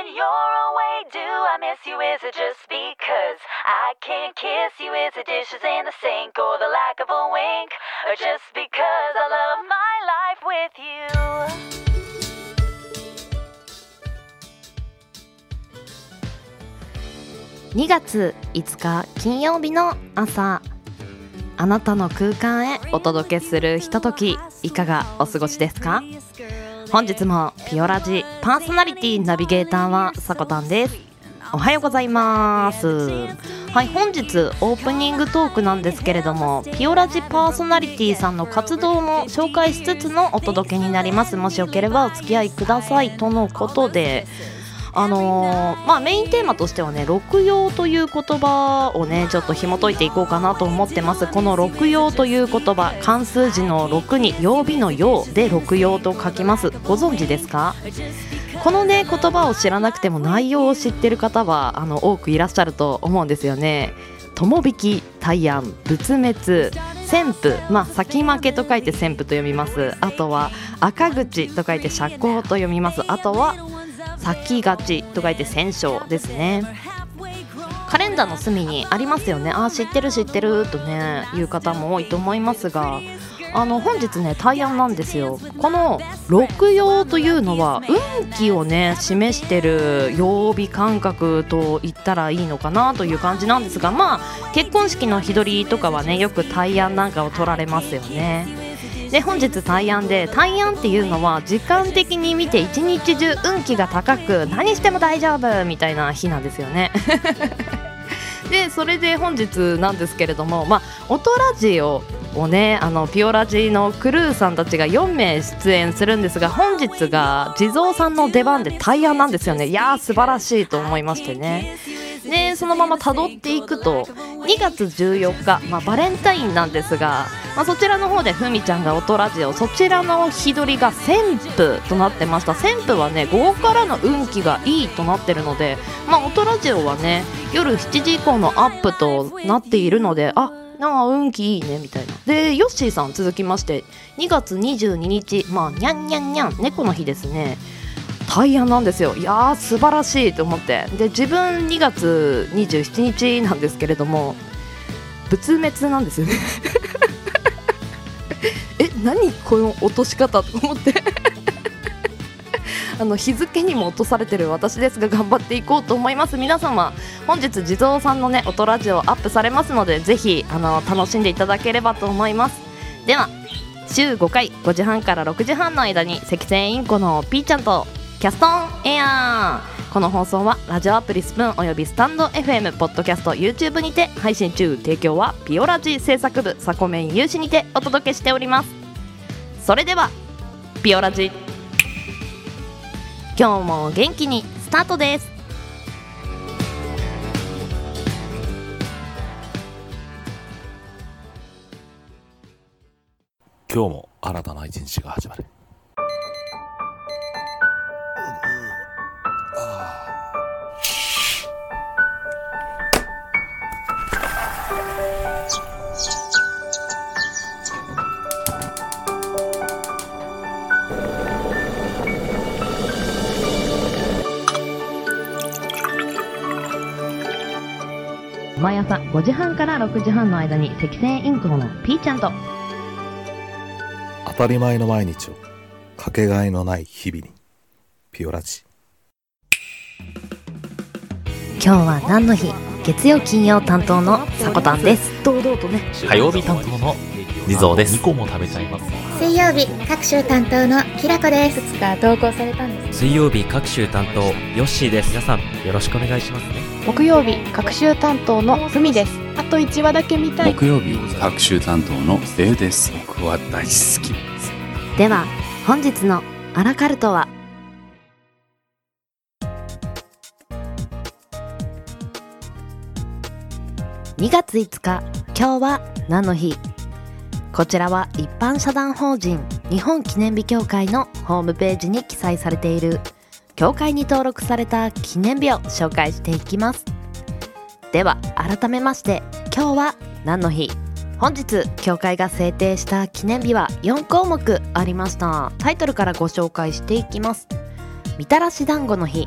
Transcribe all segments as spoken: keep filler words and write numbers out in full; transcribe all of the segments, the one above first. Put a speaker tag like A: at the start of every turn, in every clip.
A: when you're away, do I miss you? Is it just because I can't kiss you? Is it dishes in the sink or the lack of a wink? Or just because I love my life with you?
B: にがついつか金曜日の朝、あなたの空間へお届けするひととき、いかがお過ごしですか？本日もピオラジパーソナリティナビゲーターはさこたんです。おはようございます。はい、本日オープニングトークなんですけれども、ピオラジパーソナリティさんの活動も紹介しつつのお届けになります。もしよければお付き合いくださいとのことで、あのーまあ、メインテーマとしてはね、六曜という言葉をねちょっと紐解いていこうかなと思ってます。この六曜という言葉、漢数字の六に曜日の曜で六曜と書きます。ご存知ですか？このね言葉を知らなくても内容を知ってる方はあの多くいらっしゃると思うんですよね。友引き、大安、仏滅、旋風、まあ、先負けと書いて旋風と読みます。あとは赤口と書いて釈光と読みます。あとは先勝ちと書いて戦勝ですね。カレンダーの隅にありますよね。あ、知ってる知ってるとねいう方も多いと思いますが、あの本日ね大安なんですよ。この六曜というのは運気をね示してる曜日感覚と言ったらいいのかなという感じなんですが、まあ結婚式の日取りとかはねよく大安なんかを取られますよね。で本日大安で、大安っていうのは時間的に見て一日中運気が高く何しても大丈夫みたいな日なんですよねでそれで本日なんですけれども、まあ、音ラジオをねあのピオラジのクルーさんたちがよんめい出演するんですが、本日が地蔵さんの出番で大安なんですよね。いやー素晴らしいと思いましてね。でそのまま辿っていくとにがつじゅうよっか、まあ、バレンタインなんですが、まあ、そちらの方でふみちゃんが音ラジオ、そちらの日取りが旋風となってました。旋風はね午後からの運気がいいとなってるので、まあ、音ラジオはね夜しちじ以降のアップとなっているので、あなんか運気いいねみたいな。でヨッシーさん続きましてにがつにじゅうににち、まあにゃんにゃんにゃん猫の日ですね、大安なんですよ。いやー素晴らしいと思って、で自分にがつにじゅうしちにちなんですけれども仏滅なんですよねえ何この落とし方と思ってあの日付にも落とされてる私ですが頑張っていこうと思います。皆様本日地蔵さんのね音ラジオアップされますので、ぜひあの楽しんでいただければと思います。では週ごかいごじはんからろくじはんの間に赤線インコのピーちゃんとキャストオンエアー。この放送はラジオアプリスプーンおよびスタンド エフエム、ポッドキャスト、YouTube にて配信中。提供はピオラジ制作部サコメン有志にてお届けしております。それではピオラジ今日も元気にスタートです。
C: 今日も新たな一日が始まる。
B: 毎朝ごじはんからろくじはんの間に赤線インコのピーちゃんと
C: 当たり前の毎日をかけがえのない日々に。ピオラジ。
B: 今日は何の日？月曜金曜担当のさこたんです。堂々とね。
D: 火曜日担当の地蔵です。にこも食べちゃいます。
E: 水曜日各週担当のきらこです。いつか投稿されたんです。
D: 水曜日各週担当ヨッシーです。皆さんよろしくお願いしますね。
F: 木曜日各週担当のふみです。あといちわだけ見たい。
G: 木曜日各週担当のレイです。僕は大好きです。
B: では本日のアラカルトはにがついつか、今日は何の日？こちらは一般社団法人日本記念日協会のホームページに記載されている協会に登録された記念日を紹介していきます。では改めまして今日は何の日？本日協会が制定した記念日はよんこうもくありました。タイトルからご紹介していきます。みたらし団子の日、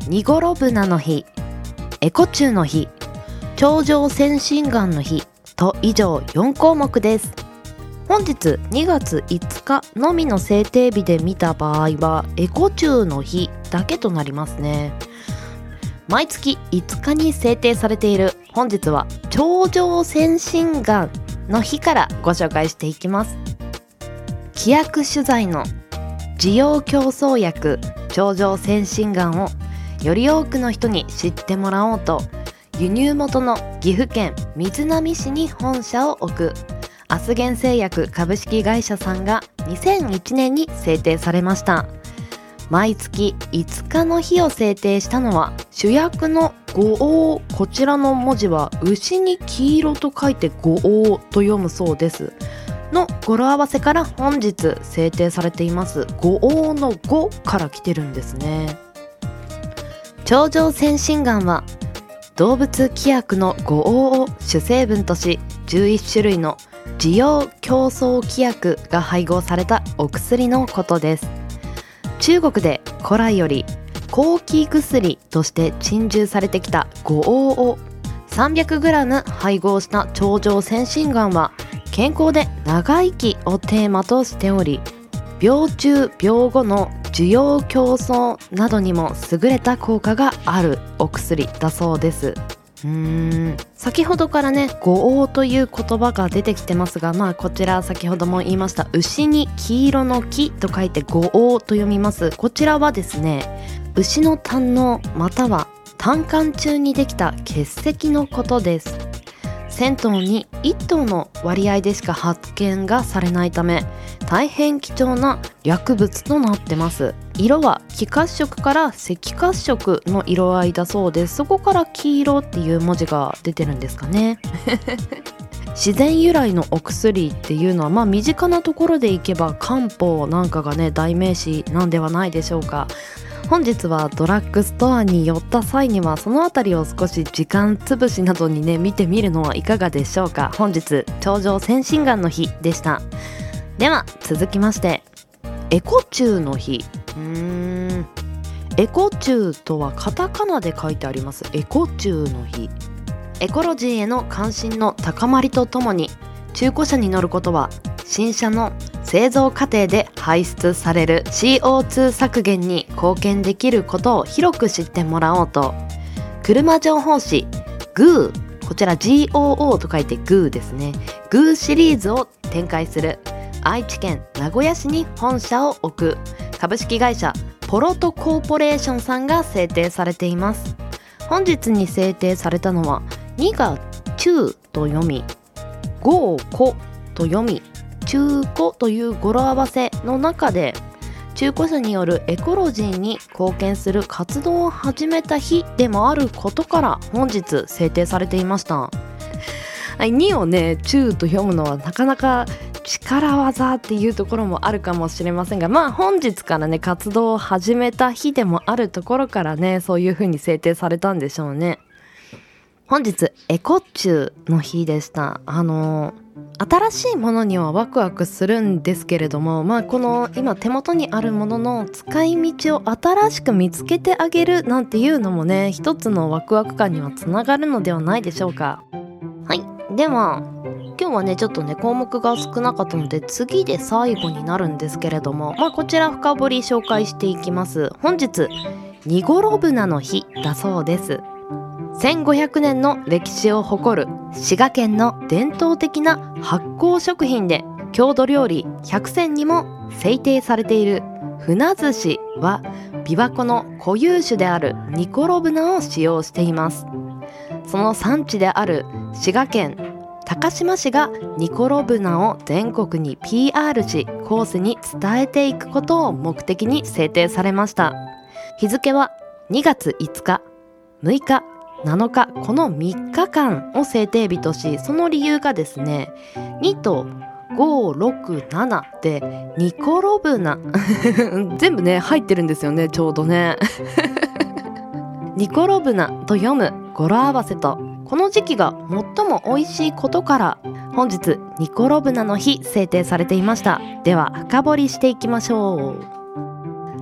B: ニゴロブナの日、エコチュウの日、頂上先進岩の日と以上よんこうもくです。本日にがついつかのみの制定日で見た場合はエコチュウの日だけとなりますね。毎月いつかに制定されている本日は頂上先進岩の日からご紹介していきます。規約取材の需要競争薬頂上先進岩をより多くの人に知ってもらおうと、輸入元の岐阜県瑞浪市に本社を置くアスゲン製薬株式会社さんがにせんいちねんに制定されました。毎月いつかの日を制定したのは主役のごおう、こちらの文字は牛に黄色と書いてごおうと読むそうですの語呂合わせから本日制定されています。ごおうのごから来てるんですね。頂上先進岩は動物規約のごおうを主成分とし、じゅういちしゅるいの需要競争規約が配合されたお薬のことです。中国で古来より抗気薬として鎮守されてきたごおうを さんびゃくグラム 配合した頂上先進岩は健康で長生きをテーマとしており、病中病後の需要競争などにも優れた効果があるお薬だそうです。うーん先ほどからねごおうという言葉が出てきてますが、まあこちら先ほども言いました牛に黄色の木と書いてごおうと読みます。こちらはですね、牛の胆のまたは胆管中にできた結石のことです。せんとうにいっとうの割合でしか発見がされないため大変貴重な薬物となってます。色は黄褐色から赤褐色の色合いだそうです。そこから黄色っていう文字が出てるんですかね自然由来のお薬っていうのはまあ身近なところでいけば漢方なんかがね代名詞なんではないでしょうか。本日はドラッグストアに寄った際にはそのあたりを少し時間つぶしなどにね見てみるのはいかがでしょうか。本日頂上先進岩の日でした。では続きましてエコチュウの日。うーんエコチュウとはカタカナで書いてあります。エコチュウの日。エコロジーへの関心の高まりとともに中古車に乗ることは新車の製造過程で排出される シーオーツー 削減に貢献できることを広く知ってもらおうと、車情報誌グー、こちら ジーオーオー と書いてグーですね、グーシリーズを展開する愛知県名古屋市に本社を置く株式会社ポロトコーポレーションさんが制定されています。本日に制定されたのはにが中と読みごこと読み中古という語呂合わせの中で中古車によるエコロジーに貢献する活動を始めた日でもあることから本日制定されていました。にをね中と読むのはなかなか力技っていうところもあるかもしれませんが、まあ本日からね活動を始めた日でもあるところからねそういう風に制定されたんでしょうね。本日エコチュウの日でした。あの新しいものにはワクワクするんですけれども、まあこの今手元にあるものの使い道を新しく見つけてあげるなんていうのもね一つのワクワク感にはつながるのではないでしょうか。はい、では今日はねちょっとね項目が少なかったので次で最後になるんですけれども、まあこちら深掘り紹介していきます。本日ニゴロブナの日だそうです。せんごひゃくねんの歴史を誇る滋賀県の伝統的な発酵食品で郷土料理ひゃくせんにも制定されている船寿司は琵琶湖の固有種であるニコロブナを使用しています。その産地である滋賀県高島市がニコロブナを全国に ピーアール し後世に伝えていくことを目的に制定されました。日付はにがついつか、むいか、なのか、このみっかかんを制定日とし、その理由がですねにとご、ろく、ななでニコロブナ全部ね入ってるんですよね、ちょうどねニコロブナと読む語呂合わせとこの時期が最も美味しいことから本日ニコロブナの日制定されていました。では深掘りしていきましょう。はい、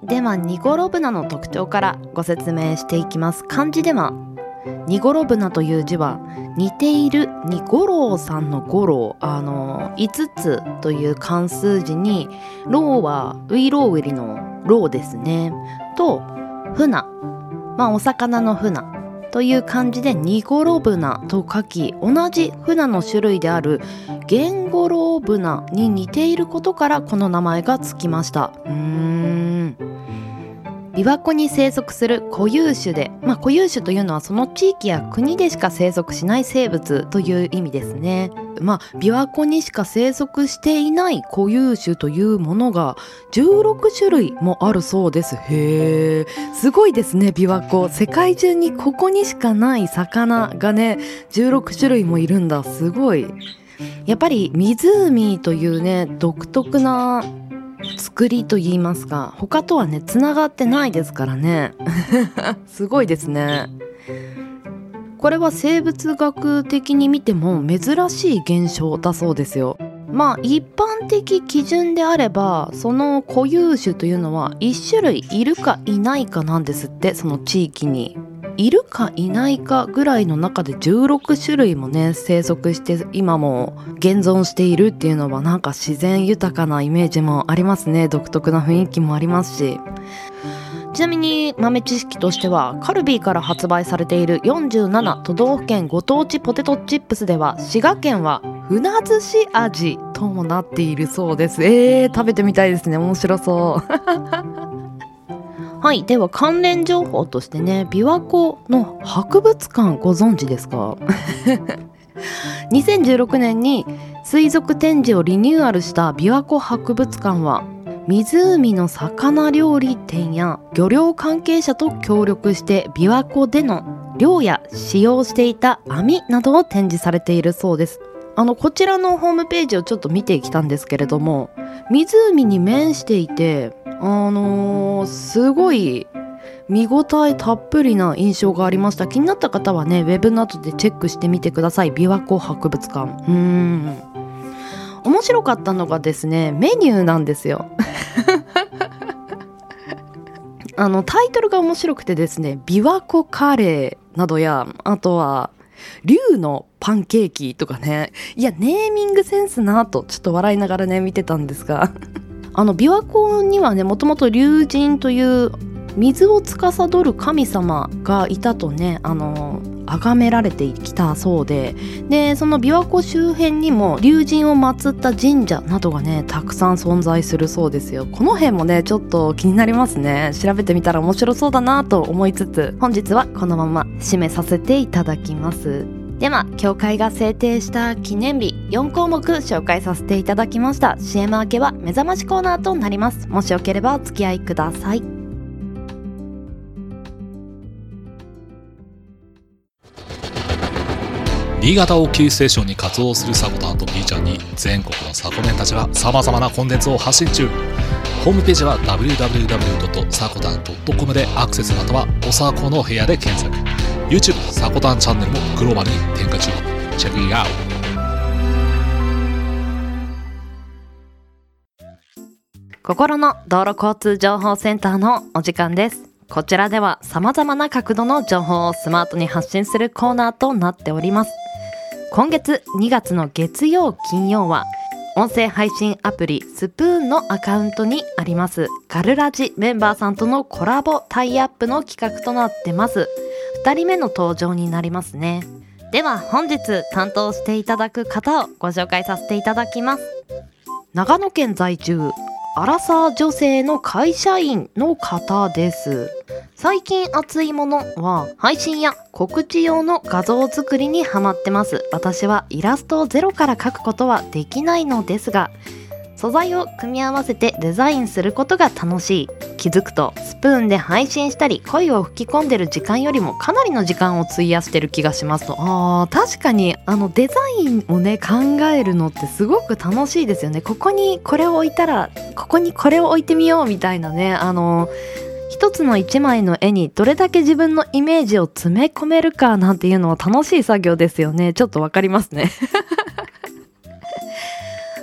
B: ではニゴロブナの特徴からご説明していきます。漢字ではニゴロブナという字は似ているに五郎さんの五郎、あのいつつという漢数字にローはウイロウリのローですねと船、まあお魚の船という漢字でニゴロブナと書き、同じ船の種類であるゲンゴロブナに似ていることからこの名前がつきました。うーん琵琶湖に生息する固有種で、まあ、固有種というのはその地域や国でしか生息しない生物という意味ですね。まあ、琵琶湖にしか生息していない固有種というものがじゅうろくしゅるいもあるそうです。へー、すごいですね。琵琶湖、世界中にここにしかない魚がねじゅうろくしゅるいもいるんだ。すごい。やっぱり湖というね独特な作りといいますか、他とはねつながってないですからねすごいですね。これは生物学的に見ても珍しい現象だそうですよ。まあ一般的基準であればその固有種というのはいっしゅるいいるかいないかなんですって。その地域にいるかいないかぐらいの中でじゅうろくしゅるいもね生息して今も現存しているっていうのはなんか自然豊かなイメージもありますね。独特な雰囲気もありますし、ちなみに豆知識としてはカルビーから発売されているよんじゅうなな都道府県ご当地ポテトチップスでは滋賀県は船寿司味ともなっているそうです。えー食べてみたいですね。面白そうはい、では関連情報としてね、琵琶湖の博物館ご存知ですかにせんじゅうろくねんに水族展示をリニューアルした琵琶湖博物館は湖の魚料理店や漁業関係者と協力して琵琶湖での漁や使用していた網などを展示されているそうです。あのこちらのホームページをちょっと見てきたんですけれども、湖に面していてあのー、すごい見応えたっぷりな印象がありました。気になった方はねウェブなどでチェックしてみてください。琵琶湖博物館、うーん面白かったのがですねメニューなんですよあのタイトルが面白くてですね、琵琶湖カレーなどや、あとは竜のパンケーキとかね、いやネーミングセンスなとちょっと笑いながらね見てたんですがあの琵琶湖にはねもともと龍神という水を司る神様がいたとねあの崇められてきたそうで、でその琵琶湖周辺にも龍神を祀った神社などがねたくさん存在するそうですよ。この辺もねちょっと気になりますね。調べてみたら面白そうだなと思いつつ、本日はこのまま締めさせていただきます。では協会が制定した記念日よんこうもく紹介させていただきました。 シーエム 明けは目覚ましコーナーとなります。もしよければお付き合いください。
H: 新潟をキーステーションに活動するサコタンと B ちゃんに全国のサコメンたちは様々なコンテンツを発信中。ホームページは ダブリューダブリューダブリュードットサコタンドットコム でアクセス、またはおさこの部屋で検索。 YouTube サコタンチャンネルもグローバルに展開中。チェックイットアウ
B: ト。心の道路交通情報センターのお時間です。こちらでは様々な角度の情報をスマートに発信するコーナーとなっております。今月にがつの月曜金曜は音声配信アプリスプーンのアカウントにありますガルラジメンバーさんとのコラボタイアップの企画となってます。ふたりめの登場になりますね。では本日担当していただく方をご紹介させていただきます。長野県在住アラサー女性の会社員の方です。最近熱いものは配信や告知用の画像作りにハマってます。私はイラストをゼロから描くことはできないのですが、素材を組み合わせてデザインすることが楽しい。気づくとスプーンで配信したり声を吹き込んでる時間よりもかなりの時間を費やしてる気がしますと。あー確かにあのデザインをね考えるのってすごく楽しいですよね。ここにこれを置いたらここにこれを置いてみようみたいなね、あの一つの一枚の絵にどれだけ自分のイメージを詰め込めるかなんていうのは楽しい作業ですよね。ちょっとわかりますね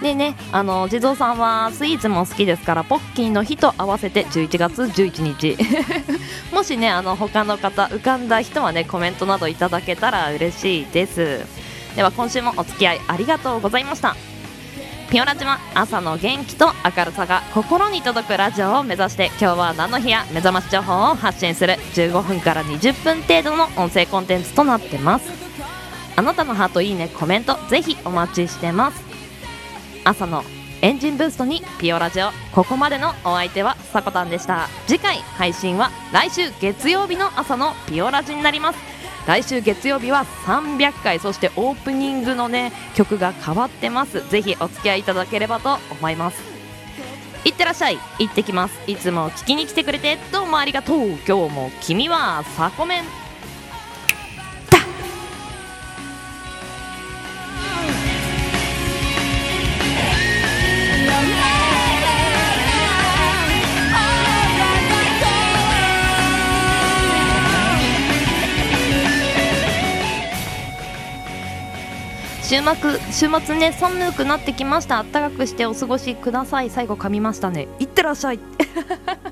B: でね、あの地蔵さんはスイーツも好きですから、ポッキーの日と合わせてじゅういちがつじゅういちにちもしね、あの他の方浮かんだ人はね、コメントなどいただけたら嬉しいです。では今週もお付き合いありがとうございました。ピオラジは朝の元気と明るさが心に届くラジオを目指して、今日は何の日や目覚まし情報を発信するじゅうごふんからにじゅっぷん程度の音声コンテンツとなってます。あなたのハート、いいね、コメントぜひお待ちしてます。朝のエンジンブーストにピオラジオ、ここまでのお相手はさこたんでした。次回配信は来週月曜日の朝のピオラジになります。来週月曜日はさんびゃっかい、そしてオープニングのね曲が変わってます。ぜひお付き合いいただければと思います。いってらっしゃい、行ってきます。いつも聞きに来てくれてどうもありがとう。今日も君はサコメン。週末、週末ね、寒くなってきました。暖かくしてお過ごしください。最後噛みましたね。いってらっしゃい